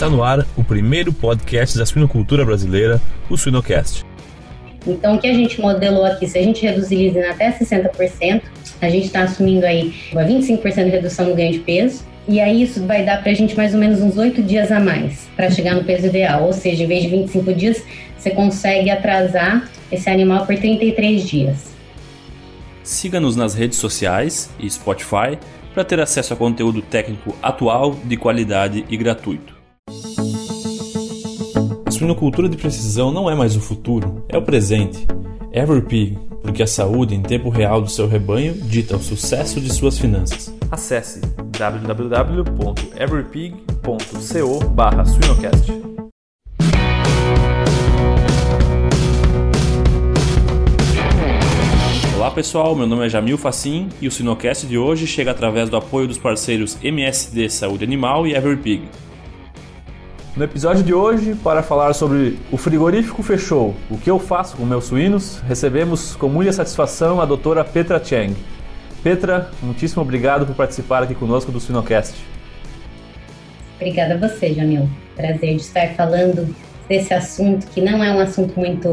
Está no ar o primeiro podcast da suinocultura brasileira, o Suinocast. Então, o que a gente modelou aqui, se a gente reduzir lisina até 60%, a gente está assumindo aí uma 25% de redução no ganho de peso, e aí isso vai dar para a gente mais ou menos uns 8 dias a mais para chegar no peso ideal, ou seja, em vez de 25 dias, você consegue atrasar esse animal por 33 dias. Siga-nos nas redes sociais e Spotify para ter acesso a conteúdo técnico atual, de qualidade e gratuito. A suinocultura de precisão não é mais o futuro, é o presente. EveryPig, porque a saúde em tempo real do seu rebanho dita o sucesso de suas finanças. Acesse www.everypig.co/suinocast. Olá pessoal, meu nome é Jamil Facin e o Suinocast de hoje chega através do apoio dos parceiros MSD Saúde Animal e EveryPig. No episódio de hoje, para falar sobre o frigorífico fechou, o que eu faço com meus suínos, recebemos com muita satisfação a doutora Petra Cheng. Petra, muitíssimo obrigado por participar aqui conosco do Suinocast. Obrigada a você, Jamil. Prazer de estar falando desse assunto, que não é um assunto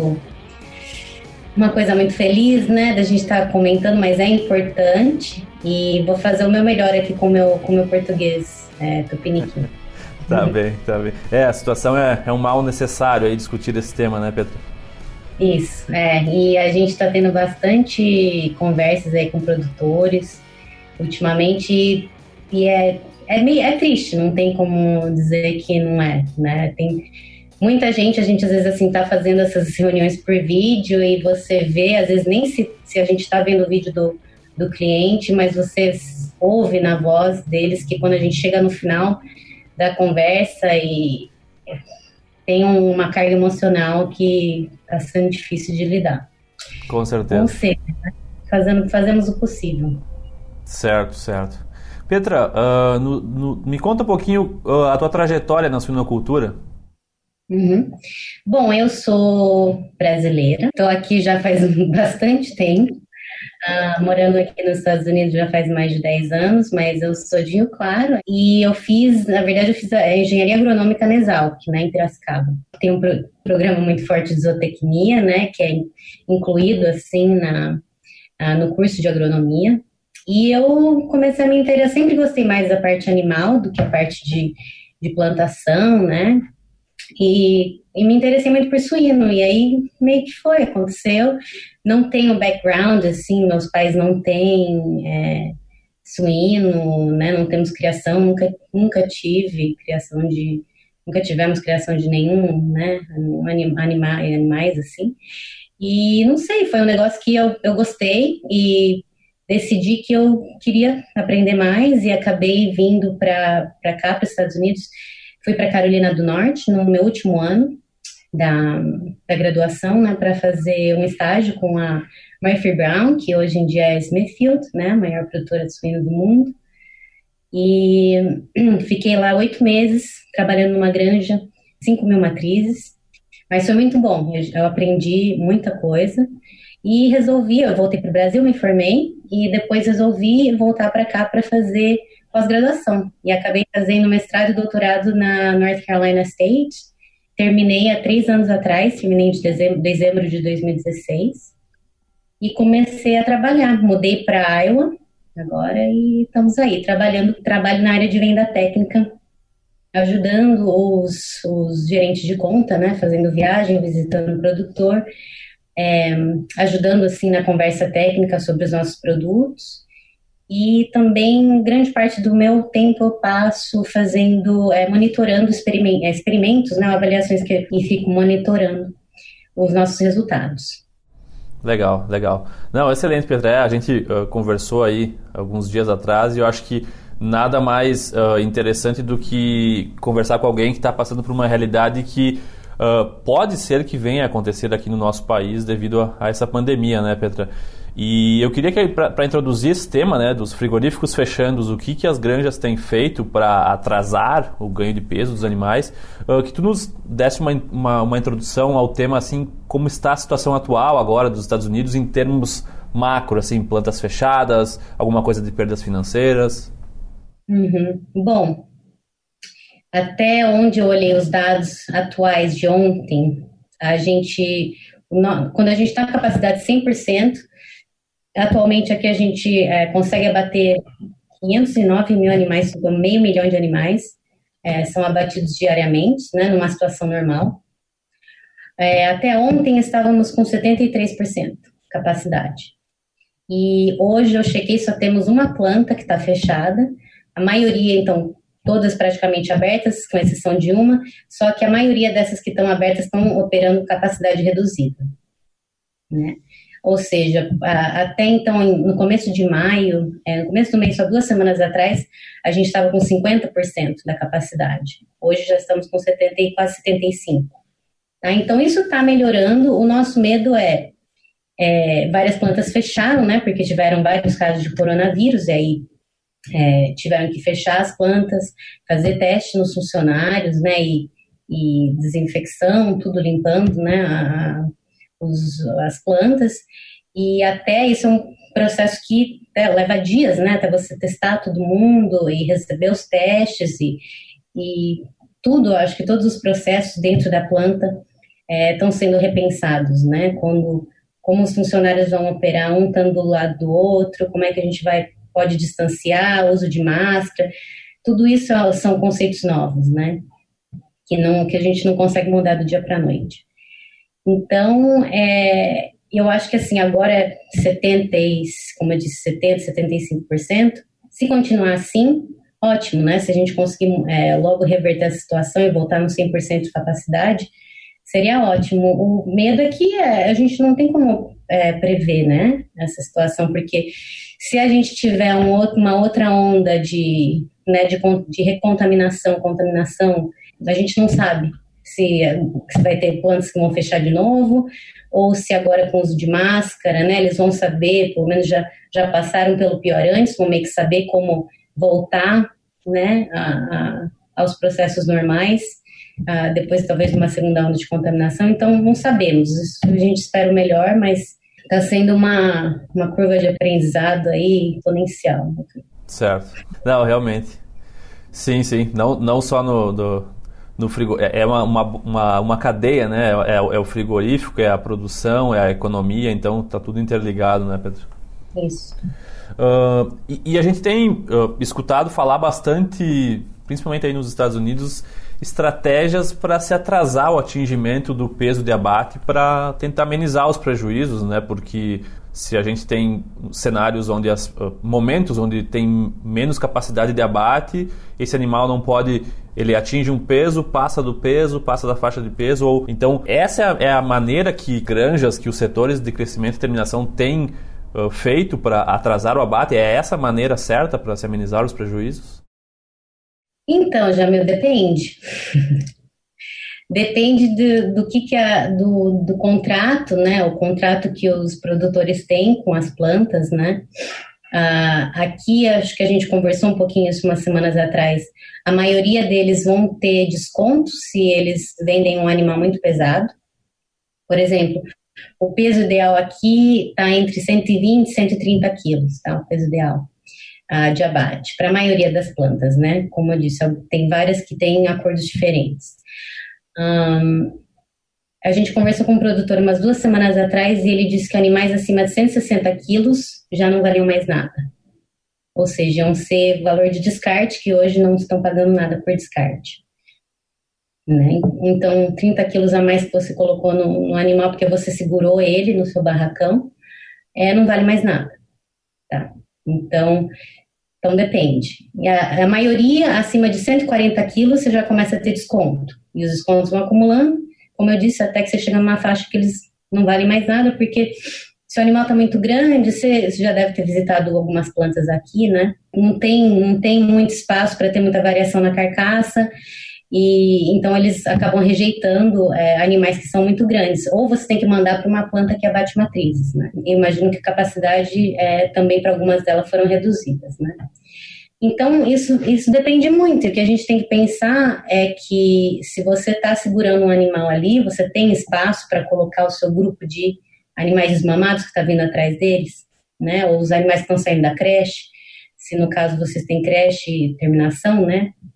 uma coisa muito feliz, né, da gente estar comentando, mas é importante e vou fazer o meu melhor aqui com o meu português tupiniquim. Tá bem. A situação é um mal necessário aí discutir esse tema, né, Petra? Isso, e a gente está tendo bastante conversas aí com produtores ultimamente e é triste, não tem como dizer que não é, né? Tem muita gente, a gente às vezes assim tá fazendo essas reuniões por vídeo e você vê, às vezes nem se a gente está vendo o vídeo do cliente, mas você ouve na voz deles que quando a gente chega no final da conversa e tem uma carga emocional que está sendo difícil de lidar. Com certeza. Com certeza, né? Fazemos o possível. Certo. Petra, me conta um pouquinho a tua trajetória na suinocultura. Uhum. Bom, eu sou brasileira, estou aqui já faz bastante tempo. Morando aqui nos Estados Unidos já faz mais de 10 anos, mas eu sou de Rio Claro e eu fiz a engenharia agronômica na Exalc, né, em Piracicaba. Tem um programa muito forte de zootecnia, né, que é incluído assim no curso de agronomia. E eu comecei a me interessar, sempre gostei mais da parte animal do que a parte de plantação, né, e me interessei muito por suíno, e aí meio que aconteceu. Não tenho background, assim, meus pais não têm suíno, né, não temos criação, nunca tivemos criação de nenhum, né, animais, assim. E não sei, foi um negócio que eu gostei e decidi que eu queria aprender mais e acabei vindo para cá, para os Estados Unidos. Fui para Carolina do Norte no meu último ano da graduação, né, para fazer um estágio com a Murphy Brown, que hoje em dia é Smithfield, né, a maior produtora de suíno do mundo. E fiquei lá 8 meses trabalhando numa granja, 5.000 matrizes, mas foi muito bom, eu aprendi muita coisa e eu voltei para o Brasil, me formei e depois resolvi voltar para cá para fazer pós-graduação e acabei fazendo mestrado e doutorado na North Carolina State. Terminei há 3 anos atrás, terminei em dezembro de 2016 e comecei a trabalhar. Mudei para Iowa agora e estamos aí, trabalho na área de venda técnica, ajudando os gerentes de conta, né, fazendo viagem, visitando o produtor, ajudando assim na conversa técnica sobre os nossos produtos. E também grande parte do meu tempo eu passo monitorando experimentos, né, avaliações e fico monitorando os nossos resultados. Legal. Não, excelente, Petra. A gente conversou aí alguns dias atrás e eu acho que nada mais interessante do que conversar com alguém que está passando por uma realidade que pode ser que venha a acontecer aqui no nosso país devido a essa pandemia, né, Petra? E eu queria que, para introduzir esse tema, né, dos frigoríficos fechando, o que as granjas têm feito para atrasar o ganho de peso dos animais, que tu nos desse uma introdução ao tema, assim, como está a situação atual agora dos Estados Unidos em termos macro, assim, plantas fechadas, alguma coisa de perdas financeiras. Uhum. Bom, Até onde eu olhei os dados atuais de ontem, quando a gente está com capacidade 100%, atualmente aqui a gente consegue abater 509 mil animais, meio milhão de animais, são abatidos diariamente, né, numa situação normal. Até ontem estávamos com 73% capacidade. E hoje eu chequei, só temos uma planta que está fechada, a maioria, então, todas praticamente abertas, com exceção de uma, só que a maioria dessas que estão abertas estão operando capacidade reduzida, né? Ou seja, até então, no começo de maio, no começo do mês, só 2 semanas atrás, a gente estava com 50% da capacidade. Hoje já estamos com 70 e quase 75%. Tá? Então, isso está melhorando. O nosso medo várias plantas fecharam, né? Porque tiveram vários casos de coronavírus, e aí tiveram que fechar as plantas, fazer teste nos funcionários, né? E desinfecção, tudo limpando, né? As plantas, e até isso é um processo que leva dias, né, até você testar todo mundo e receber os testes e tudo, acho que todos os processos dentro da planta estão sendo repensados, né, como os funcionários vão operar, um estando do lado do outro, como é que a gente pode distanciar, uso de máscara, tudo isso são conceitos novos, né, que a gente não consegue mudar do dia para a noite. Então, eu acho que assim, agora 75%, se continuar assim, ótimo, né? Se a gente conseguir logo reverter a situação e voltar no 100% de capacidade, seria ótimo. O medo é que a gente não tem como prever, né? Essa situação, porque se a gente tiver uma outra onda de recontaminação, contaminação, a gente não sabe se vai ter plantas que vão fechar de novo, ou se agora com o uso de máscara, né, eles vão saber, pelo menos já passaram pelo pior antes, vão meio que saber como voltar, né, aos processos normais, depois talvez de uma segunda onda de contaminação. Então não sabemos, isso a gente espera o melhor, mas está sendo uma curva de aprendizado aí exponencial. Certo. Não, realmente. Sim. Não só no frigorífico, é uma cadeia, né? É o frigorífico, é a produção, é a economia, então está tudo interligado, né, Pedro? Isso. E a gente tem escutado falar bastante, principalmente aí nos Estados Unidos, estratégias para se atrasar o atingimento do peso de abate para tentar amenizar os prejuízos, né? Porque se a gente tem cenários onde momentos onde tem menos capacidade de abate, esse animal não pode, ele atinge um peso, passa da faixa de peso, então essa é a maneira que granjas, que os setores de crescimento e terminação têm feito para atrasar o abate. É essa a maneira certa para se amenizar os prejuízos? Então, Jamil, depende. Depende do contrato, né? O contrato que os produtores têm com as plantas, né? Aqui, acho que a gente conversou um pouquinho isso umas semanas atrás. A maioria deles vão ter desconto se eles vendem um animal muito pesado. Por exemplo, o peso ideal aqui está entre 120 e 130 quilos, tá? O peso ideal de abate, para a maioria das plantas, né? Como eu disse, tem várias que têm acordos diferentes. A gente conversou com um produtor umas 2 semanas atrás e ele disse que animais acima de 160 quilos já não valiam mais nada. Ou seja, iam ser valor de descarte, que hoje não estão pagando nada por descarte. Né? Então, 30 quilos a mais que você colocou no animal porque você segurou ele no seu barracão, não vale mais nada. Tá? Então depende. E a maioria, acima de 140 quilos, você já começa a ter desconto. E os descontos vão acumulando, como eu disse, até que você chega numa faixa que eles não valem mais nada, porque se o animal está muito grande, você já deve ter visitado algumas plantas aqui, né? Não tem muito espaço para ter muita variação na carcaça, e então eles acabam rejeitando animais que são muito grandes. Ou você tem que mandar para uma planta que abate matrizes, né? Eu imagino que a capacidade também para algumas delas foram reduzidas, né? Então, isso depende muito. O que a gente tem que pensar é que se você está segurando um animal ali, você tem espaço para colocar o seu grupo de animais desmamados que está vindo atrás deles, né? Ou os animais que estão saindo da creche, se no caso vocês têm creche e terminação, né?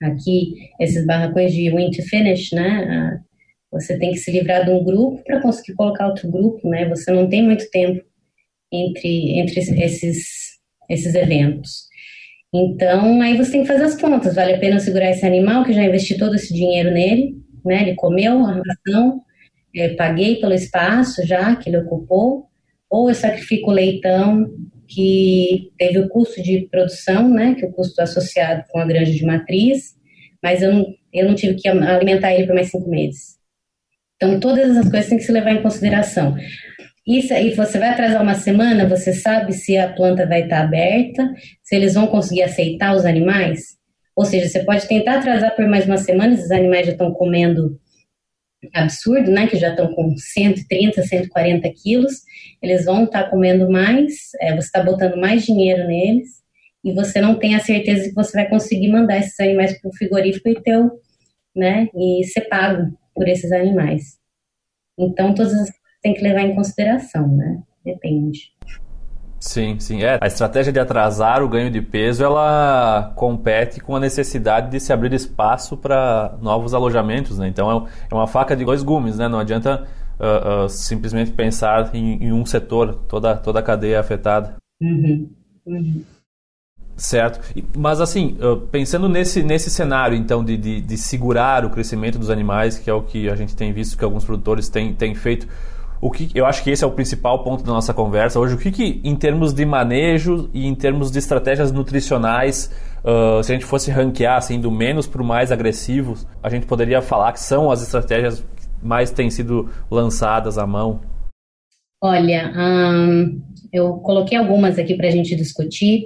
Aqui, esses barracões de win to finish, né? Você tem que se livrar de um grupo para conseguir colocar outro grupo, né? Você não tem muito tempo entre esses eventos. Então, aí você tem que fazer as contas. Vale a pena segurar esse animal, que já investi todo esse dinheiro nele, né? Ele comeu a ração, paguei pelo espaço já que ele ocupou, ou eu sacrifico o leitão, que teve o custo de produção, né? Que é o custo associado com a granja de matriz, mas eu não tive que alimentar ele por mais 5 meses. Então, todas essas coisas têm que se levar em consideração. Isso aí, você vai atrasar uma semana, você sabe se a planta vai estar aberta, se eles vão conseguir aceitar os animais? Ou seja, você pode tentar atrasar por mais uma semana, esses animais já estão comendo absurdo, né? Que já estão com 130, 140 quilos, eles vão estar comendo mais, você está botando mais dinheiro neles, e você não tem a certeza que você vai conseguir mandar esses animais para o frigorífico né? E ser pago por esses animais. Então, todas as coisas tem que levar em consideração, né? Depende. Sim, sim. A estratégia de atrasar o ganho de peso, ela compete com a necessidade de se abrir espaço para novos alojamentos, né? Então, é uma faca de dois gumes, né? Não adianta simplesmente pensar em um setor, toda a cadeia afetada. Uhum. Certo. Mas assim, pensando nesse cenário, então, de segurar o crescimento dos animais, que é o que a gente tem visto que alguns produtores têm feito, eu acho que esse é o principal ponto da nossa conversa hoje. O que em termos de manejo e em termos de estratégias nutricionais, se a gente fosse ranquear assim, do menos para o mais agressivo, a gente poderia falar que são as estratégias que mais têm sido lançadas à mão? Olha, eu coloquei algumas aqui para a gente discutir.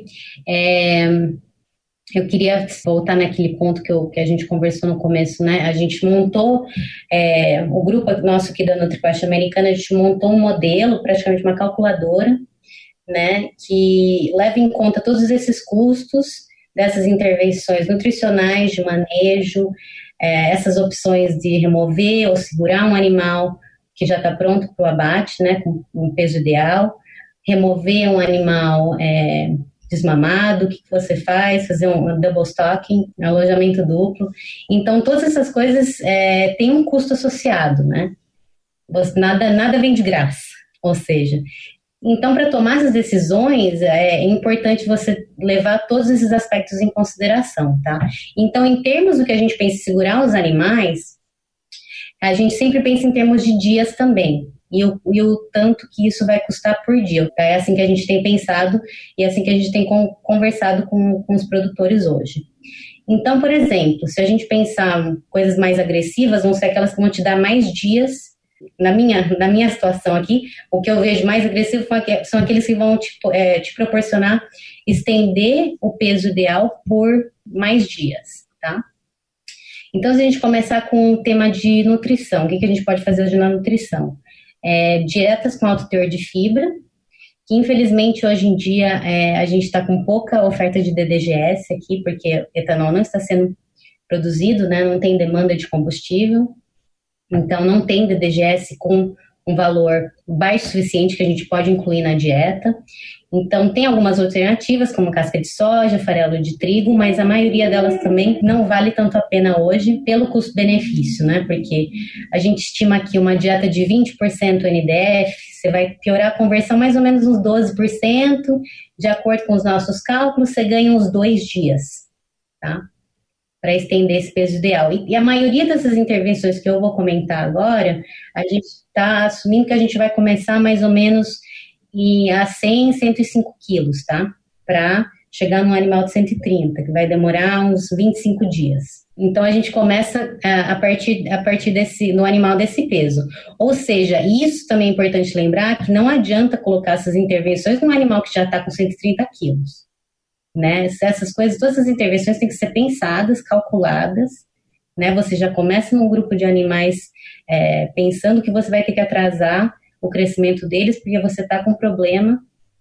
Eu queria voltar naquele ponto que a gente conversou no começo, né? A gente montou, o grupo nosso aqui da NutriQuest Americana, a gente montou um modelo, praticamente uma calculadora, né? Que leva em conta todos esses custos dessas intervenções nutricionais, de manejo, essas opções de remover ou segurar um animal que já está pronto para o abate, né? Com um peso ideal, remover um animal desmamado, o que você faz, fazer um double stocking, alojamento duplo. Então, todas essas coisas têm um custo associado, né? Nada vem de graça, ou seja, então, para tomar essas decisões, é importante você levar todos esses aspectos em consideração, tá? Então, em termos do que a gente pensa em segurar os animais, a gente sempre pensa em termos de dias também. E o tanto que isso vai custar por dia. É assim que a gente tem pensado e é assim que a gente tem conversado com os produtores hoje. Então, por exemplo, se a gente pensar coisas mais agressivas, vão ser aquelas que vão te dar mais dias. Na minha situação aqui, o que eu vejo mais agressivo são aqueles que vão te proporcionar estender o peso ideal por mais dias, tá? Então, se a gente começar com o tema de nutrição, o que a gente pode fazer hoje na nutrição? Dietas com alto teor de fibra, que infelizmente hoje em dia a gente está com pouca oferta de DDGS aqui, porque etanol não está sendo produzido, né? Não tem demanda de combustível, então não tem DDGS com um valor baixo o suficiente que a gente pode incluir na dieta. Então tem algumas alternativas, como casca de soja, farelo de trigo, mas a maioria delas também não vale tanto a pena hoje pelo custo-benefício, né? Porque a gente estima aqui uma dieta de 20% NDF, você vai piorar a conversão mais ou menos uns 12%, de acordo com os nossos cálculos, você ganha uns 2 dias, tá? Para estender esse peso ideal. E a maioria dessas intervenções que eu vou comentar agora, a gente está assumindo que a gente vai começar mais ou menos a 100, 105 quilos, tá? Para chegar num animal de 130, que vai demorar uns 25 dias. Então, a gente começa a partir no animal desse peso. Ou seja, isso também é importante lembrar, que não adianta colocar essas intervenções num animal que já está com 130 quilos. Né? Essas coisas, todas essas intervenções têm que ser pensadas, calculadas, né? Você já começa num grupo de animais pensando que você vai ter que atrasar o crescimento deles porque você está com um problema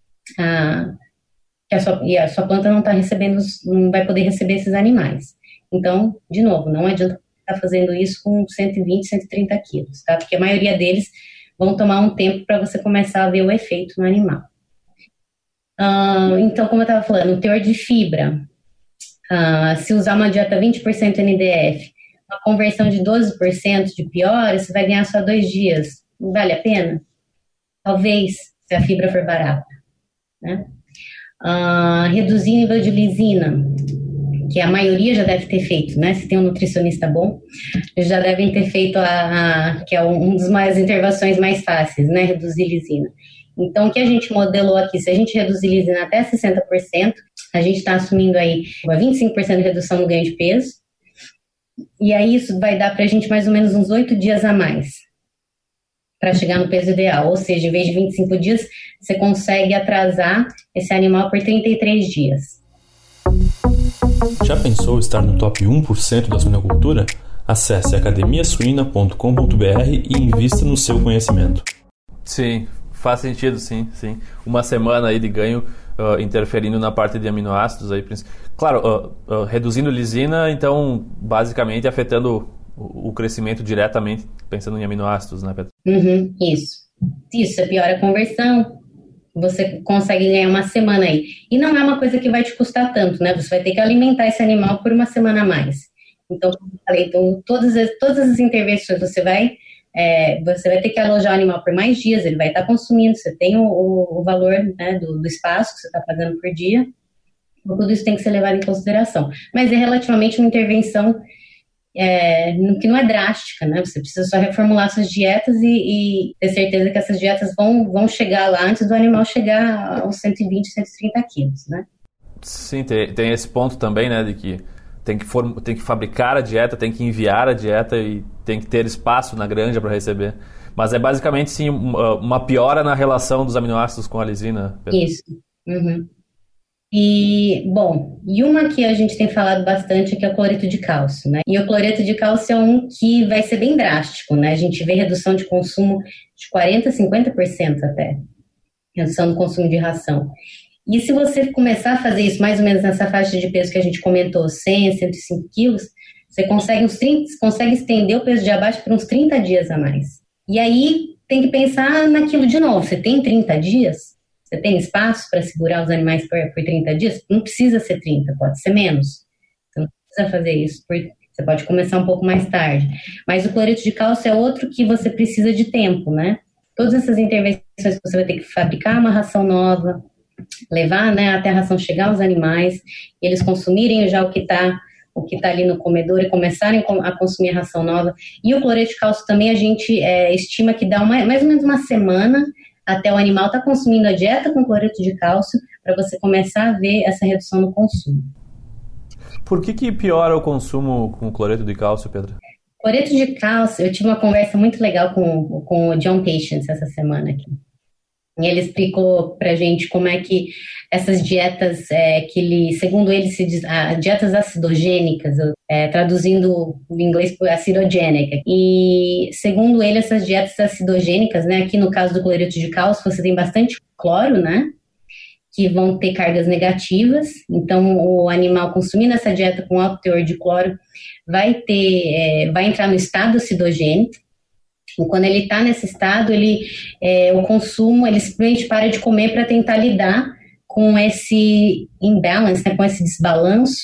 que a sua planta não está recebendo, não vai poder receber esses animais. Então, de novo, não adianta estar fazendo isso com 120, 130 quilos, tá? Porque a maioria deles vão tomar um tempo para você começar a ver o efeito no animal. Então, como eu estava falando, o teor de fibra. Se usar uma dieta 20% NDF, uma conversão de 12% de piora, você vai ganhar só 2 dias. Não vale a pena? Talvez, se a fibra for barata, né? Reduzir o nível de lisina, que a maioria já deve ter feito, né? Se tem um nutricionista bom, já devem ter feito que é um dos mais intervenções mais fáceis, né? Reduzir lisina. Então, o que a gente modelou aqui, se a gente reduzir lisina até 60%, a gente está assumindo aí uma 25% de redução no ganho de peso, e aí isso vai dar para a gente mais ou menos uns 8 dias a mais para chegar no peso ideal, ou seja, em vez de 25 dias, você consegue atrasar esse animal por 33 dias. Já pensou estar no top 1% da suinocultura? Acesse academiasuina.com.br e invista no seu conhecimento. Sim, faz sentido, sim. Uma semana aí de ganho interferindo na parte de aminoácidos aí. Claro, reduzindo lisina, então basicamente afetando o crescimento diretamente, pensando em aminoácidos, né, Pedro? Isso, você piora a conversão, você consegue ganhar uma semana aí. E não é uma coisa que vai te custar tanto, né? Você vai ter que alimentar esse animal por uma semana a mais. Então, como eu falei, todas as intervenções você vai ter que alojar o animal por mais dias, ele vai estar consumindo, você tem o valor, né, do espaço que você está fazendo por dia. Então, tudo isso tem que ser levado em consideração. Mas é relativamente uma intervenção que não é drástica, né? Você precisa só reformular suas dietas e ter certeza que essas dietas vão chegar lá antes do animal chegar aos 120, 130 quilos, né? Sim, tem esse ponto também, né, de que tem que fabricar a dieta, tem que enviar a dieta e tem que ter espaço na granja para receber. Mas é basicamente, sim, uma piora na relação dos aminoácidos com a lisina. Pedro. Isso. E uma que a gente tem falado bastante é que é o cloreto de cálcio, né? E o cloreto de cálcio é um que vai ser bem drástico, né? A gente vê redução de consumo de 40%, 50% até. Redução do consumo de ração. E se você começar a fazer isso mais ou menos nessa faixa de peso que a gente comentou, 100, 105 quilos, você consegue estender o peso de abate por uns 30 dias a mais. E aí tem que pensar naquilo de novo. Você tem 30 dias? Você tem espaço para segurar os animais por 30 dias? Não precisa ser 30, pode ser menos. Você não precisa fazer isso. Você pode começar um pouco mais tarde. Mas o cloreto de cálcio é outro que você precisa de tempo, né? Todas essas intervenções que você vai ter que fabricar uma ração nova, levar, né, até a ração chegar aos animais, eles consumirem já o que está ali no comedor e começarem a consumir a ração nova. E o cloreto de cálcio também a gente estima que dá mais ou menos uma semana até o animal estar consumindo a dieta com cloreto de cálcio para você começar a ver essa redução no consumo. Por que piora o consumo com cloreto de cálcio, Pedro? Cloreto de cálcio, eu tive uma conversa muito legal com o John Patience essa semana aqui. E ele explicou pra gente como é que essas dietas, segundo ele, se diz, dietas acidogênicas, traduzindo em inglês por acidogênica. E segundo ele, essas dietas acidogênicas, né, aqui no caso do cloreto de cálcio, você tem bastante cloro, né, que vão ter cargas negativas. Então, o animal consumindo essa dieta com alto teor de cloro vai entrar no estado acidogênico. E quando ele está nesse estado, o consumo, ele simplesmente para de comer para tentar lidar com esse imbalance, né, com esse desbalanço.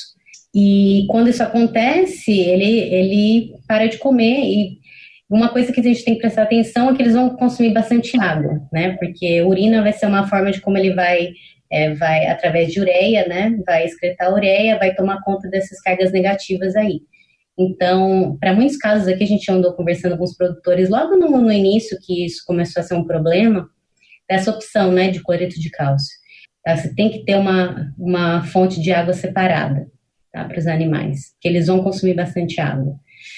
E quando isso acontece, ele para de comer. E uma coisa que a gente tem que prestar atenção é que eles vão consumir bastante água, né? Porque urina vai ser uma forma de como ele vai através de ureia, né? Vai excretar a ureia, vai tomar conta dessas cargas negativas aí. Então, para muitos casos aqui, a gente andou conversando com os produtores logo no início que isso começou a ser um problema, dessa opção, né, de cloreto de cálcio. Tá? Você tem que ter uma fonte de água separada, tá, para os animais, que eles vão consumir bastante água.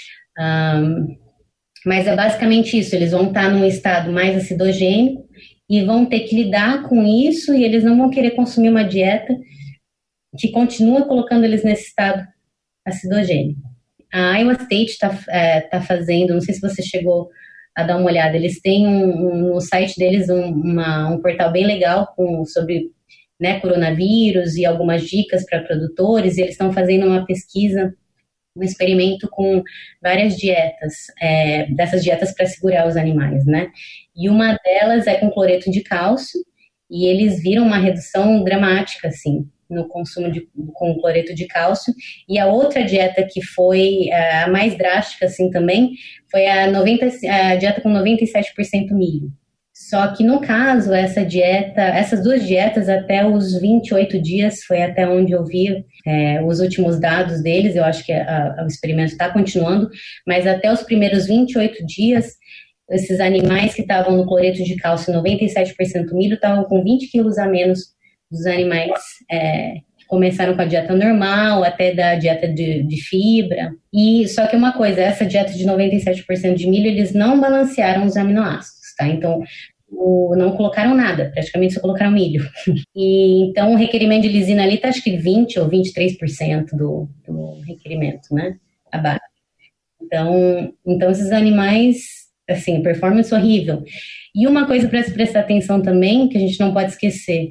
Mas é basicamente isso, eles vão estar num estado mais acidogênico e vão ter que lidar com isso e eles não vão querer consumir uma dieta que continua colocando eles nesse estado acidogênico. A Iowa State tá fazendo, não sei se você chegou a dar uma olhada, eles têm no site deles um portal bem legal sobre, né, coronavírus e algumas dicas para produtores, e eles estão fazendo uma pesquisa, um experimento com várias dietas, dessas dietas para segurar os animais, né? E uma delas é com cloreto de cálcio, e eles viram uma redução dramática, assim, no consumo com cloreto de cálcio. E a outra dieta que foi a mais drástica, assim, também, foi a dieta com 97% milho. Só que, no caso, essas duas dietas, até os 28 dias, foi até onde eu vi os últimos dados deles, eu acho que o experimento está continuando, mas até os primeiros 28 dias, esses animais que estavam no cloreto de cálcio 97% milho estavam com 20 quilos a menos dos animais que começaram com a dieta normal, até da dieta de fibra. E só que uma coisa, essa dieta de 97% de milho, eles não balancearam os aminoácidos, tá? Então, não colocaram nada, praticamente só colocaram milho. E então o requerimento de lisina ali está acho que 20 ou 23% do requerimento, né? Abaixo. Então esses animais, assim, performance horrível. E uma coisa para se prestar atenção também, que a gente não pode esquecer,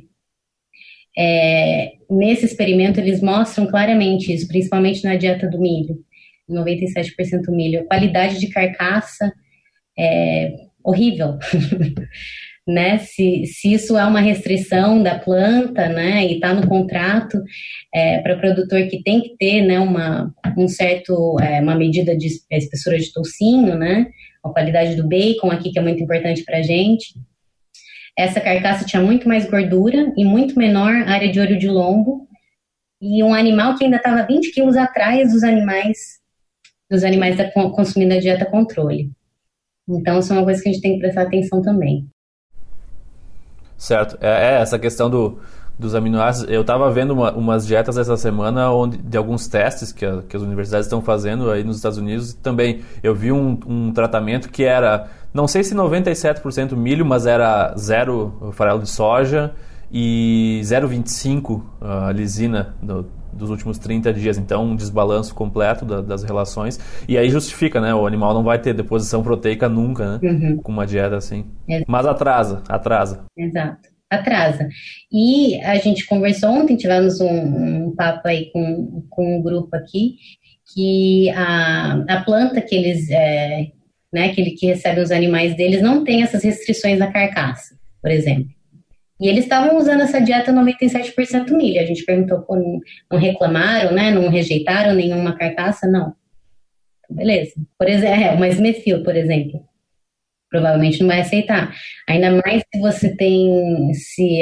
nesse experimento eles mostram claramente isso, principalmente na dieta do milho, 97% milho. A qualidade de carcaça é horrível, né? Se isso é uma restrição da planta, né, e está no contrato para produtor que tem que ter, né, uma medida de espessura de toucinho, né, a qualidade do bacon aqui que é muito importante para a gente. Essa carcaça tinha muito mais gordura e muito menor área de olho de lombo e um animal que ainda estava 20 quilos atrás dos animais consumindo a dieta controle. Então, isso é uma coisa que a gente tem que prestar atenção também. Certo. Essa questão dos aminoácidos. Eu estava vendo umas dietas essa semana de alguns testes que as universidades estão fazendo aí nos Estados Unidos. Também eu vi um tratamento que era, não sei se 97% milho, mas era 0 farelo de soja e 0,25 lisina dos últimos 30 dias, então um desbalanço completo das relações, e aí justifica, né, o animal não vai ter deposição proteica nunca, né, com uma dieta assim. Exato. Mas atrasa. Exato, atrasa. E a gente conversou ontem, tivemos um papo aí com um grupo aqui, que a planta que eles, que recebem os animais deles não tem essas restrições na carcaça, por exemplo. E eles estavam usando essa dieta 97% milho. A gente perguntou, não reclamaram, né? Não rejeitaram nenhuma carcaça? Não. Beleza. Por exemplo, uma esmefil, por exemplo. Provavelmente não vai aceitar. Ainda mais se você tem,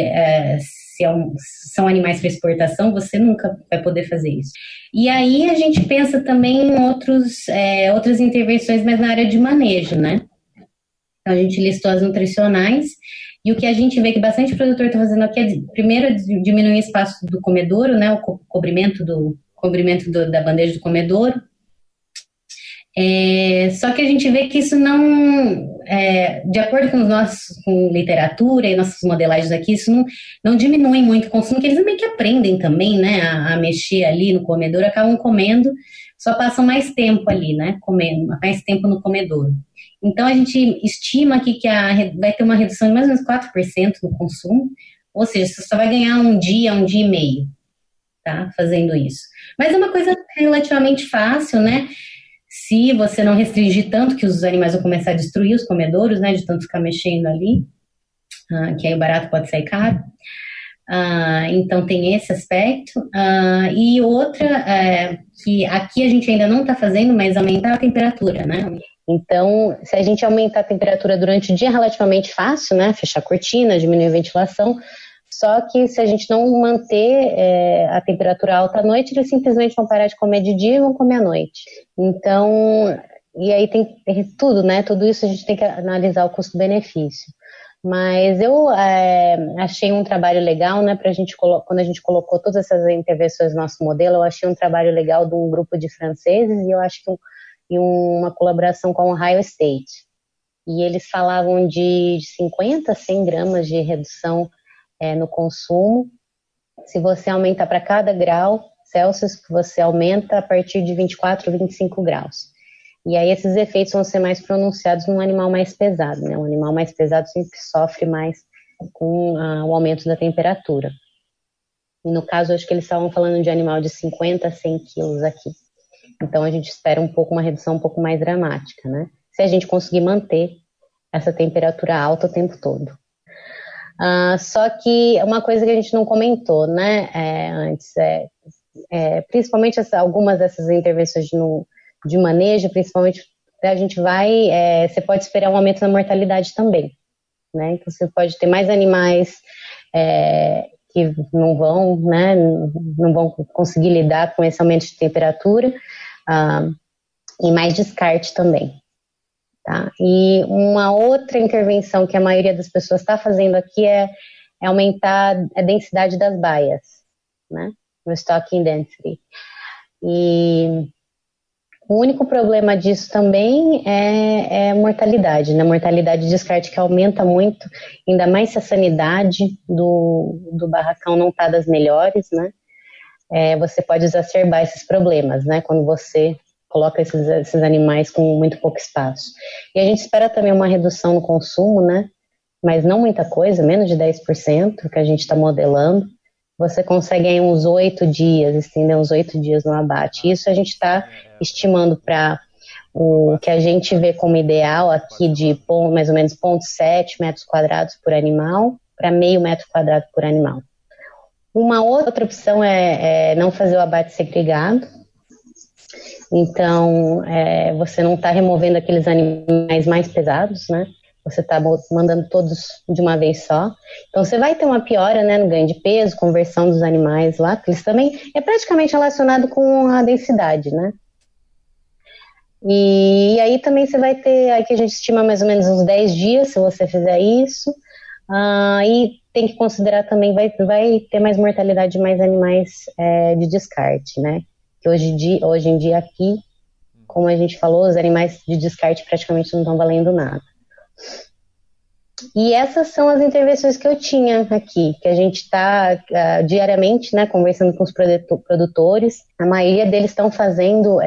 são animais para exportação, você nunca vai poder fazer isso. E aí a gente pensa também em outras intervenções, mas na área de manejo, né? Então a gente listou as nutricionais. E o que a gente vê que bastante produtor está fazendo aqui é, primeiro, diminuir o espaço do comedouro, né, o cobrimento da bandeja do comedouro. Só que a gente vê que isso não, de acordo com literatura e nossas modelagens aqui, isso não diminui muito o consumo, que eles meio que aprendem também, né, a mexer ali no comedouro, acabam comendo, só passam mais tempo ali, né, comendo, mais tempo no comedouro. Então, a gente estima aqui que vai ter uma redução de mais ou menos 4% no consumo, ou seja, você só vai ganhar um dia e meio, tá, fazendo isso. Mas é uma coisa relativamente fácil, né, se você não restringir tanto que os animais vão começar a destruir os comedouros, né, de tanto ficar mexendo ali, que aí o barato pode sair caro. Então tem esse aspecto. E outra, que aqui a gente ainda não está fazendo, mas aumentar a temperatura, né? Então, se a gente aumentar a temperatura durante o dia, é relativamente fácil, né? Fechar a cortina, diminuir a ventilação. Só que se a gente não manter a temperatura alta à noite, eles simplesmente vão parar de comer de dia e vão comer à noite. Então, e aí tem tudo, né? Tudo isso a gente tem que analisar o custo-benefício. Mas eu achei um trabalho legal, né? Quando a gente colocou todas essas intervenções no nosso modelo, eu achei um trabalho legal de um grupo de franceses e eu acho que uma colaboração com o Ohio State. E eles falavam de 50 a 100 gramas de redução no consumo. Se você aumentar para cada grau Celsius, você aumenta a partir de 24, 25 graus. E aí esses efeitos vão ser mais pronunciados num animal mais pesado, né? Um animal mais pesado sempre sofre mais com o aumento da temperatura. E no caso, acho que eles estavam falando de animal de 50 a 100 quilos aqui. Então a gente espera uma redução um pouco mais dramática, né? Se a gente conseguir manter essa temperatura alta o tempo todo. Só que uma coisa que a gente não comentou, né, antes, principalmente algumas dessas intervenções de manejo, principalmente a gente você pode esperar um aumento na mortalidade também, né, então você pode ter mais animais que não vão conseguir lidar com esse aumento de temperatura, e mais descarte também. Tá? E uma outra intervenção que a maioria das pessoas está fazendo aqui é aumentar a densidade das baias, né? No stocking density. E o único problema disso também é a mortalidade, né? A mortalidade de descarte que aumenta muito, ainda mais se a sanidade do barracão não está das melhores, né? Você pode exacerbar esses problemas, né? Quando você coloca esses animais com muito pouco espaço. E a gente espera também uma redução no consumo, né? Mas não muita coisa, menos de 10%, que a gente está modelando. Você consegue aí uns 8 dias, estender uns 8 dias no abate. Isso a gente está estimando para o que a gente vê como ideal aqui de mais ou menos 0,7 metros quadrados por animal para meio metro quadrado por animal. Uma outra opção é não fazer o abate segregado. Então, você não está removendo aqueles animais mais pesados, né? Você está mandando todos de uma vez só. Então, você vai ter uma piora, né, no ganho de peso, conversão dos animais lá, porque eles também é praticamente relacionado com a densidade, né? E aí também você vai ter, aqui a gente estima mais ou menos uns 10 dias, se você fizer isso. E tem que considerar também, vai ter mais mortalidade de mais animais de descarte, né? Que hoje em dia aqui, como a gente falou, os animais de descarte praticamente não estão valendo nada. E essas são as intervenções que eu tinha aqui, que a gente está diariamente, né, conversando com os produtores. A maioria deles estão fazendo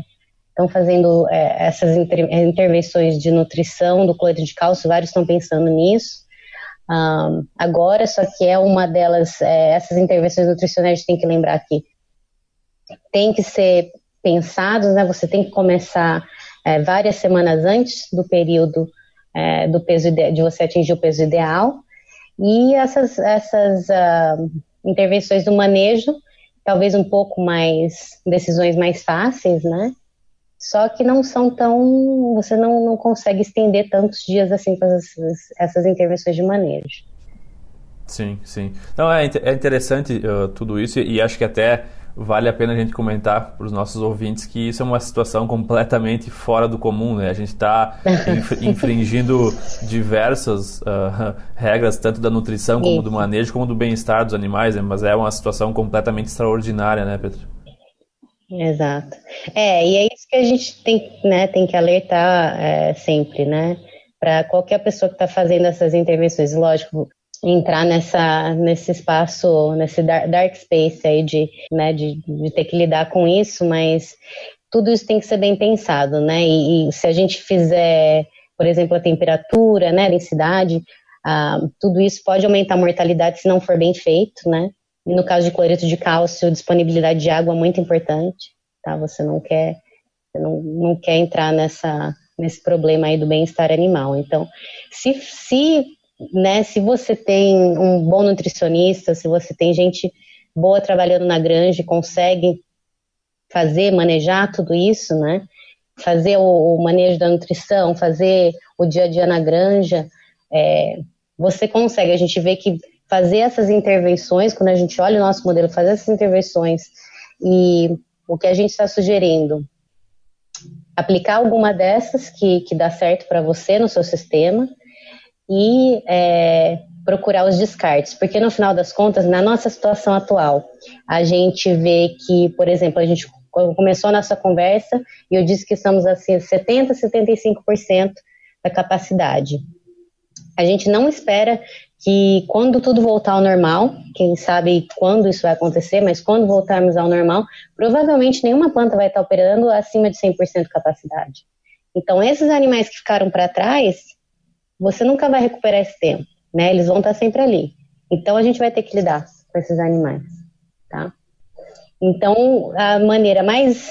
essas intervenções de nutrição do cloreto de cálcio, vários estão pensando nisso. Agora, só que uma delas, essas intervenções nutricionais, a gente tem que lembrar que tem que ser pensados, né? Você tem que começar várias semanas antes do período do peso de você atingir o peso ideal, e essas intervenções do manejo, talvez um pouco mais, decisões mais fáceis, né? Só que não são você não consegue estender tantos dias assim com essas intervenções de manejo. Sim, sim. Não, é interessante tudo isso, e acho que até vale a pena a gente comentar para os nossos ouvintes que isso é uma situação completamente fora do comum, né? A gente está infringindo diversas regras, tanto da nutrição como do manejo, como do bem-estar dos animais, né? Mas é uma situação completamente extraordinária, né, Pedro? Exato. E é isso que a gente tem que alertar sempre, né? Para qualquer pessoa que está fazendo essas intervenções, lógico, entrar nesse espaço, nesse dark space aí de ter que lidar com isso, mas tudo isso tem que ser bem pensado, né? E se a gente fizer, por exemplo, a temperatura, né, a densidade, tudo isso pode aumentar a mortalidade se não for bem feito, né? E no caso de cloreto de cálcio, disponibilidade de água é muito importante, tá? Você não quer entrar nesse problema aí do bem-estar animal. Então, se você tem um bom nutricionista, se você tem gente boa trabalhando na granja e consegue manejar tudo isso, né? Fazer o manejo da nutrição, fazer o dia a dia na granja, você consegue. A gente vê que fazer essas intervenções, quando a gente olha o nosso modelo, fazer essas intervenções e o que a gente está sugerindo, aplicar alguma dessas que dá certo para você no seu sistema, e procurar os descartes, porque no final das contas, na nossa situação atual, a gente vê que, por exemplo, a gente começou a nossa conversa e eu disse que estamos assim 70%, 75% da capacidade. A gente não espera que quando tudo voltar ao normal, quem sabe quando isso vai acontecer, mas quando voltarmos ao normal, provavelmente nenhuma planta vai estar operando acima de 100% de capacidade. Então, esses animais que ficaram para trás, você nunca vai recuperar esse tempo, né? Eles vão estar sempre ali. Então, a gente vai ter que lidar com esses animais, tá? Então, a maneira mais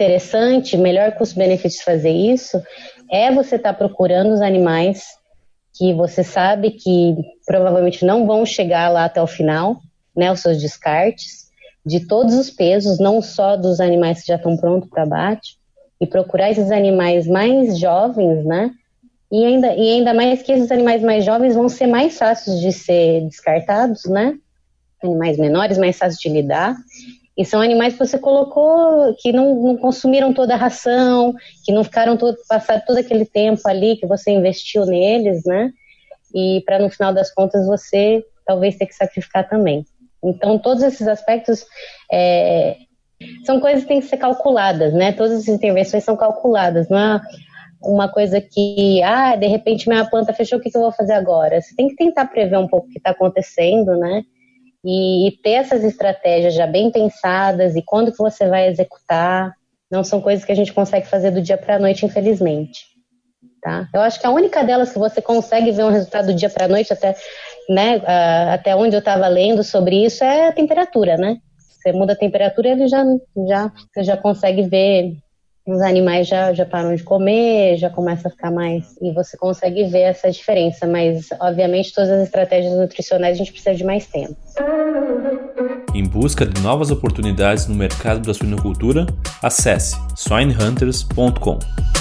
interessante, melhor custo-benefício de fazer isso, é você estar procurando os animais que você sabe que provavelmente não vão chegar lá até o final, né, os seus descartes, de todos os pesos, não só dos animais que já estão prontos para abate, e procurar esses animais mais jovens, né, e ainda mais que esses animais mais jovens vão ser mais fáceis de ser descartados, né, animais menores, mais fáceis de lidar, e são animais que você colocou, que não consumiram toda a ração, que não passaram todo aquele tempo ali que você investiu neles, né? E para no final das contas você talvez ter que sacrificar também. Então todos esses aspectos são coisas que têm que ser calculadas, né? Todas as intervenções são calculadas, não é uma coisa que, de repente minha planta fechou, o que eu vou fazer agora? Você tem que tentar prever um pouco o que está acontecendo, né? E ter essas estratégias já bem pensadas e quando que você vai executar, não são coisas que a gente consegue fazer do dia para a noite, infelizmente. Tá? Eu acho que a única delas que você consegue ver um resultado do dia para a noite, até onde eu estava lendo sobre isso, é a temperatura, né? Você muda a temperatura, você já consegue ver, os animais já param de comer, já começa a ficar mais, e você consegue ver essa diferença, mas obviamente todas as estratégias nutricionais a gente precisa de mais tempo. Em busca de novas oportunidades no mercado da suinocultura, acesse swinehunters.com.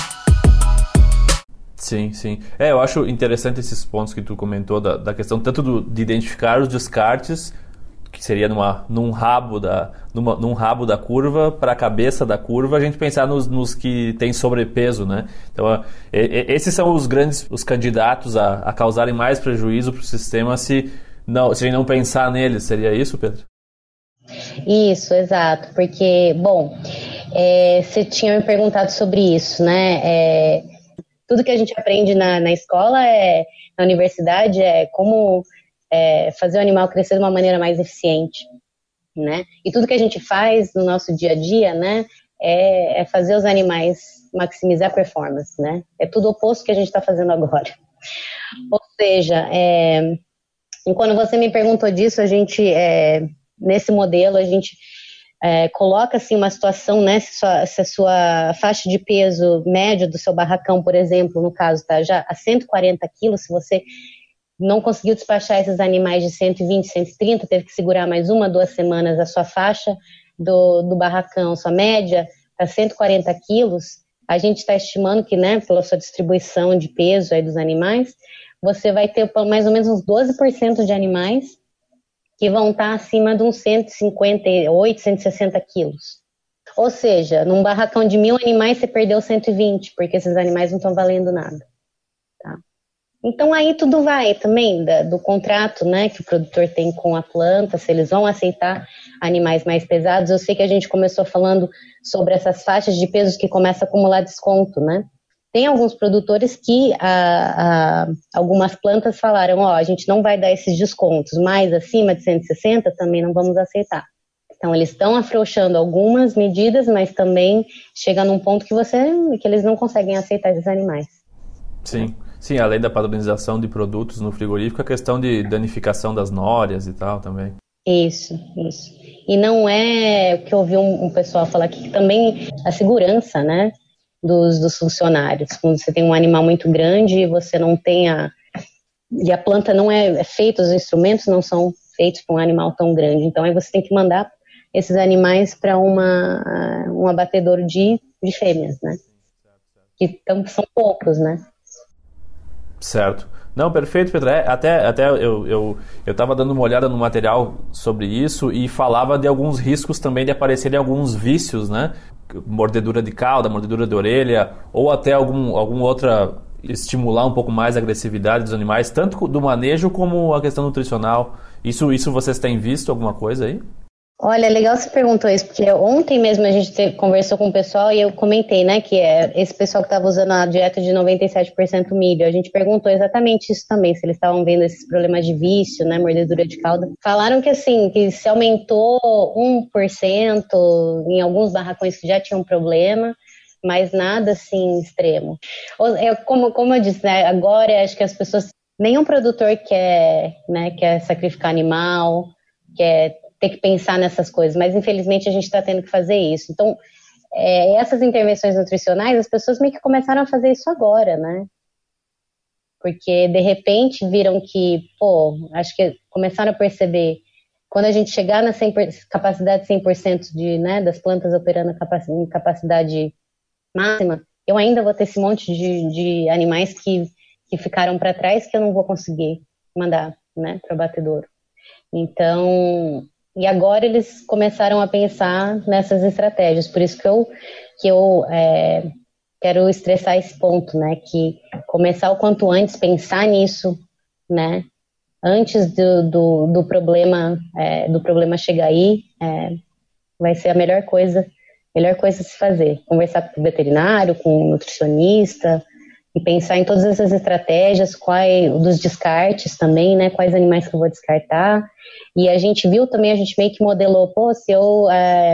Sim. Eu acho interessante esses pontos que tu comentou da questão tanto de identificar os descartes, que seria num rabo da curva, para a cabeça da curva, a gente pensar nos que tem sobrepeso, né? Então, esses são os candidatos a causarem mais prejuízo para o sistema se a gente não pensar neles. Seria isso, Pedro? Isso, exato. Porque, você tinha me perguntado sobre isso, né? Tudo que a gente aprende na escola, na universidade, é como fazer o animal crescer de uma maneira mais eficiente, né? E tudo que a gente faz no nosso dia a dia, né, é fazer os animais maximizar a performance, né? É tudo o oposto que a gente está fazendo agora. Ou seja, quando você me perguntou disso, a gente, nesse modelo, a gente coloca assim uma situação, né, se a sua faixa de peso médio do seu barracão, por exemplo, no caso, está já a 140 quilos, se você não conseguiu despachar esses animais de 120, 130, teve que segurar mais 1, 2 semanas, a sua faixa do barracão, sua média, está 140 quilos, a gente está estimando que, né, pela sua distribuição de peso aí dos animais, você vai ter mais ou menos uns 12% de animais que vão estar acima de uns 158, 160 quilos. Ou seja, num barracão de 1.000 animais, você perdeu 120, porque esses animais não estão valendo nada. Tá? Então, aí tudo vai também do contrato, né, que o produtor tem com a planta, se eles vão aceitar animais mais pesados. Eu sei que a gente começou falando sobre essas faixas de pesos que começam a acumular desconto, né? Tem alguns produtores que algumas plantas falaram, a gente não vai dar esses descontos, mas acima de 160 também não vamos aceitar. Então, eles estão afrouxando algumas medidas, mas também chega num ponto que eles não conseguem aceitar esses animais. Sim, além da padronização de produtos no frigorífico, a questão de danificação das nórias e tal também. Isso. E não é o que eu ouvi um pessoal falar aqui, que também a segurança, né, dos funcionários. Quando você tem um animal muito grande e você não tem e a planta não é feita, os instrumentos não são feitos para um animal tão grande. Então, aí você tem que mandar esses animais para um abatedouro de fêmeas, né? Que são poucos, né? Certo. Não, perfeito, Pedro. Até eu estava dando uma olhada no material sobre isso e falava de alguns riscos também de aparecerem alguns vícios, né? Mordedura de cauda, mordedura de orelha, ou até algum outra, estimular um pouco mais a agressividade dos animais, tanto do manejo como a questão nutricional. Isso vocês têm visto alguma coisa aí? Olha, legal você perguntou isso, porque ontem mesmo a gente conversou com o pessoal e eu comentei, né, que esse pessoal que estava usando a dieta de 97% milho, a gente perguntou exatamente isso também, se eles estavam vendo esses problemas de vício, né, mordedura de cauda. Falaram que assim, que se aumentou 1% em alguns barracões que já tinham problema, mas nada assim extremo. Como eu disse, né, agora acho que as pessoas, nenhum produtor quer sacrificar animal, quer ter que pensar nessas coisas, mas infelizmente a gente está tendo que fazer isso. Então, essas intervenções nutricionais, as pessoas meio que começaram a fazer isso agora, né? porque de repente viram que, acho que começaram a perceber, quando a gente chegar na capacidade 100% das plantas operando em capacidade máxima, eu ainda vou ter esse monte de animais que ficaram para trás que eu não vou conseguir mandar, né, para o abatedouro. Então, e agora eles começaram a pensar nessas estratégias, por isso que eu quero estressar esse ponto, né, que começar o quanto antes, pensar nisso, né, antes do problema chegar aí, vai ser a melhor coisa a se fazer. Conversar com o veterinário, com o nutricionista, e pensar em todas essas estratégias, dos descartes também, né, quais animais que eu vou descartar. E a gente viu também, a gente meio que modelou, se eu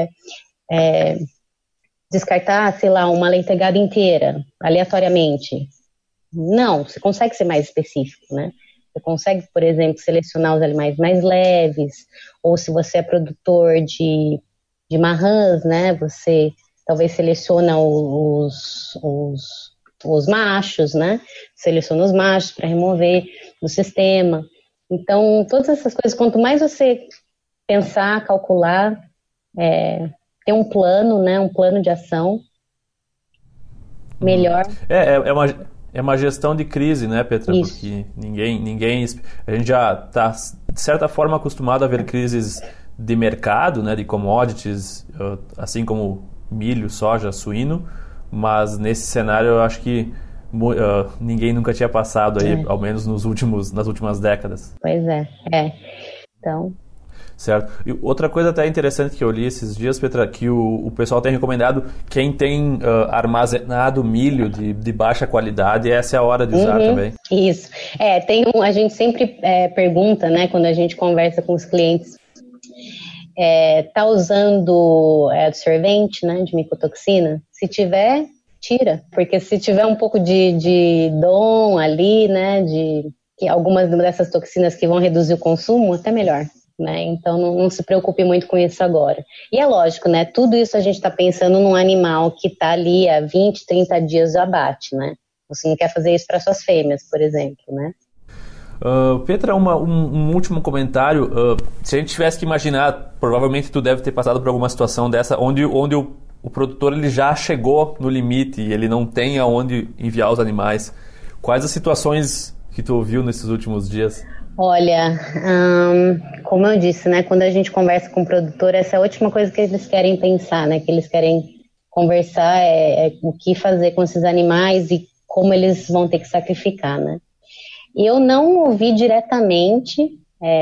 descartar, sei lá, uma leitegada inteira, aleatoriamente. Não, você consegue ser mais específico, né? Você consegue, por exemplo, selecionar os animais mais leves, ou se você é produtor de marrãs, né? Você talvez seleciona os machos, né? Seleciona os machos para remover do sistema. Então, todas essas coisas, quanto mais você pensar, calcular, ter um plano, né? Um plano de ação, melhor. É uma gestão de crise, né, Petra? Isso. Porque a gente já está, de certa forma, acostumado a ver crises de mercado, né, de commodities, assim como milho, soja, suíno, mas nesse cenário eu acho que ninguém nunca tinha passado aí, ao menos nas últimas décadas. Pois é. Então... Certo. E outra coisa até interessante que eu li esses dias, Petra, que o pessoal tem recomendado, quem tem armazenado milho de baixa qualidade, essa é a hora de usar também. Isso. A gente sempre pergunta, né, quando a gente conversa com os clientes, tá usando absorvente, né, de micotoxina? Se tiver, tira. Porque se tiver um pouco de DON ali, né, que algumas dessas toxinas que vão reduzir o consumo, até melhor. Né? Então não se preocupe muito com isso agora. E é lógico, né? Tudo isso a gente está pensando num animal que está ali há 20, 30 dias de abate, né? Você não quer fazer isso para suas fêmeas, por exemplo, né? Petra, um último comentário. Se a gente tivesse que imaginar, provavelmente tu deve ter passado por alguma situação dessa, onde o produtor ele já chegou no limite e ele não tem aonde enviar os animais. Quais as situações que tu ouviu nesses últimos dias? Olha, como eu disse, né, quando a gente conversa com o produtor, essa é a última coisa que eles querem pensar, né, que eles querem conversar o que fazer com esses animais e como eles vão ter que sacrificar, né. Eu não ouvi diretamente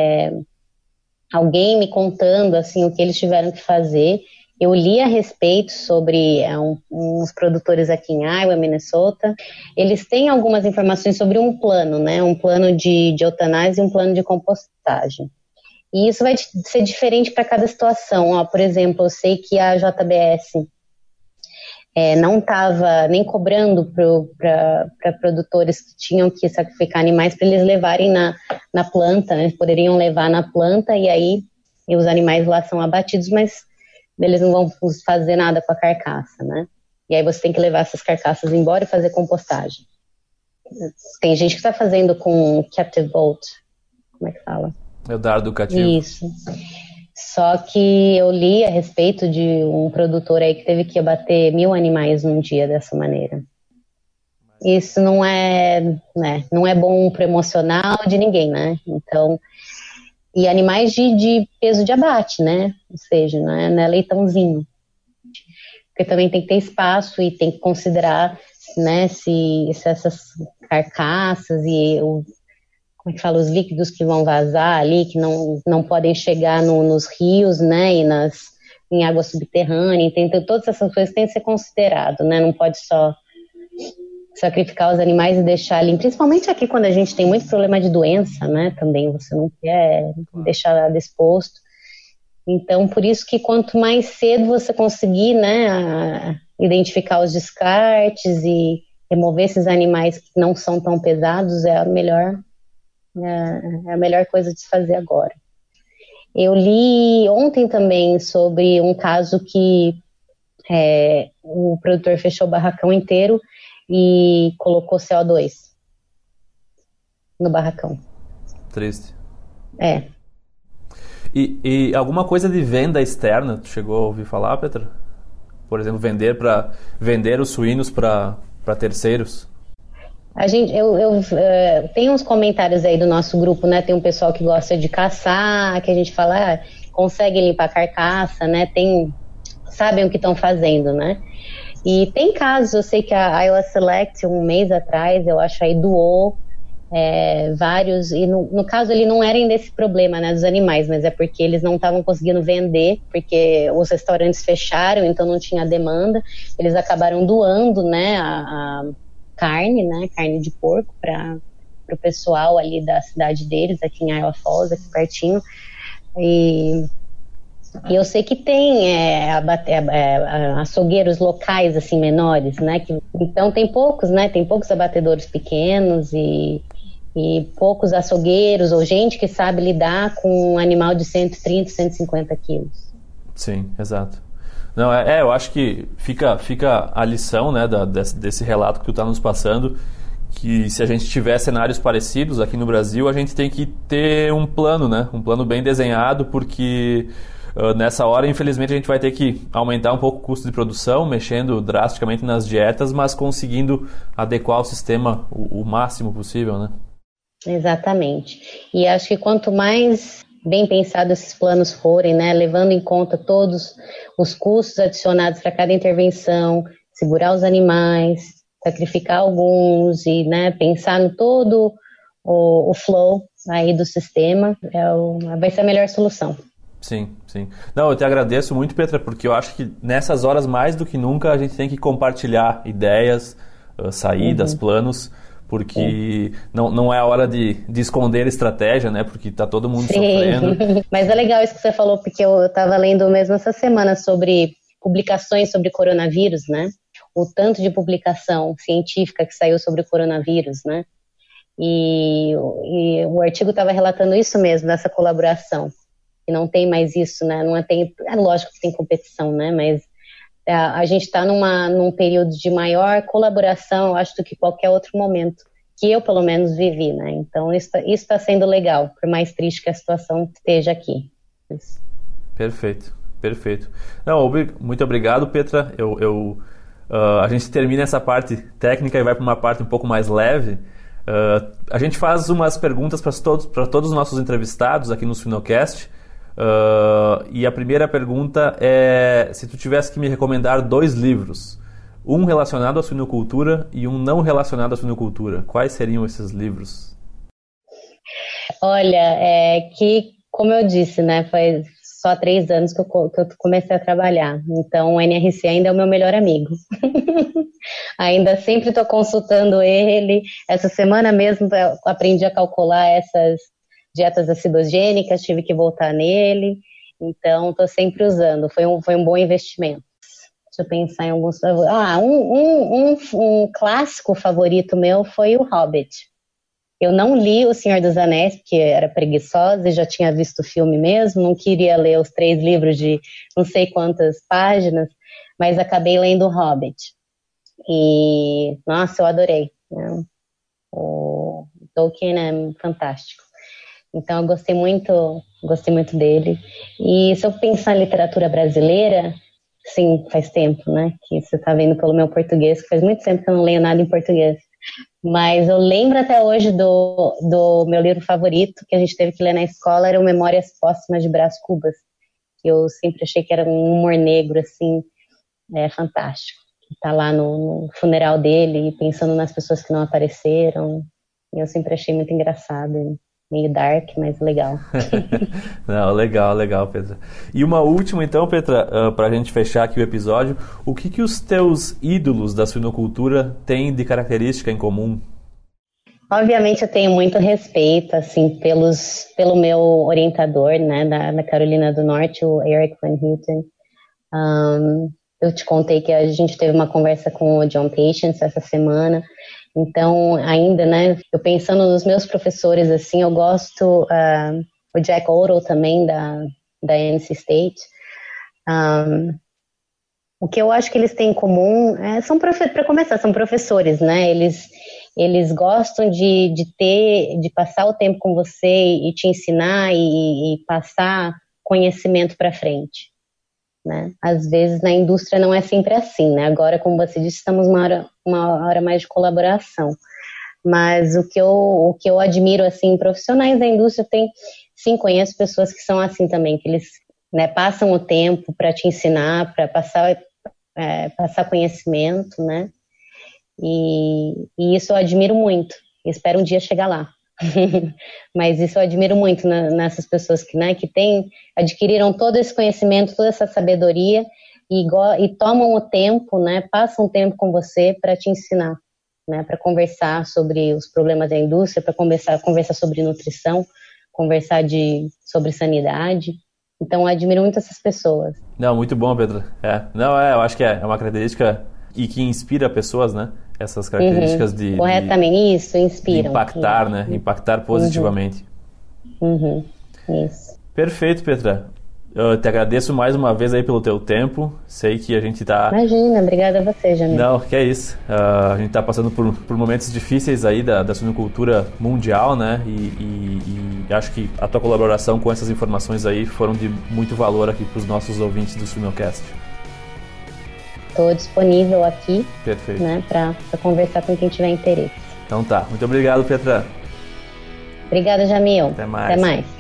alguém me contando, assim, o que eles tiveram que fazer. Eu li a respeito sobre uns produtores aqui em Iowa, Minnesota. Eles têm algumas informações sobre um plano, né? Um plano de eutanásia e um plano de compostagem. E isso vai ser diferente para cada situação. Por exemplo, eu sei que a JBS não estava nem cobrando para produtores que tinham que sacrificar animais para eles levarem na planta, né? Poderiam levar na planta e aí os animais lá são abatidos, mas eles não vão fazer nada com a carcaça, né? E aí você tem que levar essas carcaças embora e fazer compostagem. Tem gente que está fazendo com captive boat, como é que fala? É o dardo cativo. Isso. Só que eu li a respeito de um produtor aí que teve que abater 1.000 animais num dia dessa maneira. Isso não é bom pro emocional de ninguém, né? Então... E animais de peso de abate, né? Ou seja, não é leitãozinho. Porque também tem que ter espaço e tem que considerar, né, se essas carcaças e como é que fala, os líquidos que vão vazar ali, que não podem chegar nos rios, né, e em água subterrânea. Então, todas essas coisas têm que ser considerado, né? Não pode só sacrificar os animais e deixar ali, principalmente aqui quando a gente tem muito problema de doença, né, também você não quer deixar exposto. Então, por isso que quanto mais cedo você conseguir, né, identificar os descartes e remover esses animais que não são tão pesados, é a melhor coisa de se fazer agora. Eu li ontem também sobre um caso que o produtor fechou o barracão inteiro e colocou CO2. no barracão. Triste. É. E alguma coisa de venda externa, tu chegou a ouvir falar, Petra? Por exemplo, vender os suínos para terceiros? Eu tenho uns comentários aí do nosso grupo, né? Tem um pessoal que gosta de caçar, que a gente fala, consegue limpar a carcaça, né? Sabem o que estão fazendo, né? E tem casos, eu sei que a Iowa Select, um mês atrás, eu acho aí doou vários, e no caso ele não era ainda esse problema, né, dos animais, mas é porque eles não estavam conseguindo vender, porque os restaurantes fecharam, então não tinha demanda, eles acabaram doando, né, a carne, né, carne de porco para o pessoal ali da cidade deles, aqui em Iowa Falls, aqui pertinho, e eu sei que tem açougueiros locais, assim, menores, né, então tem poucos abatedores pequenos e poucos açougueiros ou gente que sabe lidar com um animal de 130, 150 quilos. Sim, exato. Não, eu acho que fica a lição, né, desse relato que tu está nos passando, que se a gente tiver cenários parecidos aqui no Brasil, a gente tem que ter um plano, né, um plano bem desenhado, porque nessa hora, infelizmente, a gente vai ter que aumentar um pouco o custo de produção, mexendo drasticamente nas dietas, mas conseguindo adequar o sistema o máximo possível, né? Exatamente. E acho que quanto mais bem pensados esses planos forem, né, levando em conta todos os custos adicionados para cada intervenção, segurar os animais, sacrificar alguns e, né, pensar no todo o flow aí do sistema, vai ser a melhor solução. Sim, sim. Não, eu te agradeço muito, Petra, porque eu acho que nessas horas, mais do que nunca, a gente tem que compartilhar ideias, saídas, planos, porque não é a hora de esconder estratégia, né? Porque tá todo mundo sofrendo. Mas é legal isso que você falou, porque eu estava lendo mesmo essa semana sobre publicações sobre coronavírus, né? O tanto de publicação científica que saiu sobre o coronavírus, né? E o artigo estava relatando isso mesmo, dessa colaboração. E não tem mais isso, né? É lógico que tem competição, né? Mas a gente está num período de maior colaboração, eu acho, do que qualquer outro momento que eu, pelo menos, vivi, né? Então, isso está sendo legal, por mais triste que a situação esteja aqui. Perfeito. Não, muito obrigado, Petra. A gente termina essa parte técnica e vai para uma parte um pouco mais leve. A gente faz umas perguntas para todos os nossos entrevistados aqui no Suinocast. E a primeira pergunta é se tu tivesse que me recomendar 2 livros, um relacionado à suinocultura e um não relacionado à suinocultura, quais seriam esses livros? Olha, como eu disse, né, faz só 3 anos que eu comecei a trabalhar, então o NRC ainda é o meu melhor amigo. Ainda sempre estou consultando ele. Essa semana mesmo eu aprendi a calcular essas dietas acidogênicas, tive que voltar nele, então estou sempre usando, foi um bom investimento. Deixa eu pensar em alguns. Um clássico favorito meu foi o Hobbit. Eu não li O Senhor dos Anéis, porque era preguiçosa e já tinha visto o filme mesmo, não queria ler os 3 livros de não sei quantas páginas, mas acabei lendo o Hobbit. E, nossa, eu adorei, né? O Tolkien é fantástico. Então eu gostei muito dele. E se eu pensar em literatura brasileira, sim, faz tempo, né? Que você está vendo pelo meu português, que faz muito tempo que eu não leio nada em português. Mas eu lembro até hoje do meu livro favorito, que a gente teve que ler na escola, era o Memórias Póstumas de Brás Cubas. Eu sempre achei que era um humor negro, assim, fantástico. Tá lá no funeral dele, pensando nas pessoas que não apareceram. Eu sempre achei muito engraçado. Meio dark, mas legal. Não, legal, Petra. E uma última, então, Petra, para a gente fechar aqui o episódio, o que os teus ídolos da suinocultura têm de característica em comum? Obviamente eu tenho muito respeito, assim, pelo meu orientador, né, da Carolina do Norte, o Eric Van Houten. Eu te contei que a gente teve uma conversa com o John Patience essa semana. Então, ainda, né, eu pensando nos meus professores, assim, eu gosto o Jack Odell também, da NC State. O que eu acho que eles têm em comum, para começar, são professores, né, eles eles gostam de passar o tempo com você e te ensinar e passar conhecimento para frente, né? Às vezes na indústria não é sempre assim, né? Agora, como você disse, estamos uma hora mais de colaboração. Mas o que eu admiro, assim, profissionais da indústria, conheço pessoas que são assim também, que eles, né, passam o tempo para te ensinar, para passar conhecimento, né? E isso eu admiro muito. Espero um dia chegar lá. Mas isso eu admiro muito nessas pessoas que, né, que adquiriram todo esse conhecimento, toda essa sabedoria e tomam o tempo, né, passam o tempo com você para te ensinar, né, para conversar sobre os problemas da indústria, para conversar sobre nutrição, sobre sanidade. Então, eu admiro muito essas pessoas. Não, muito bom, Pedro. Eu acho que é uma característica e que inspira pessoas, né? Essas características corretamente, isso, inspiram. De impactar, né? Impactar positivamente. Isso. Perfeito, Petra. Eu te agradeço mais uma vez aí pelo teu tempo. Sei que a gente tá... Imagina, obrigada a você, Jamil. Não, que é isso. A gente tá passando por momentos difíceis aí da suinocultura mundial, né? E acho que a tua colaboração com essas informações aí foram de muito valor aqui para os nossos ouvintes do Suinocast. Estou disponível aqui, perfeito, né, para conversar com quem tiver interesse. Então tá. Muito obrigado, Petra. Obrigada, Jamil. Até mais. Até mais.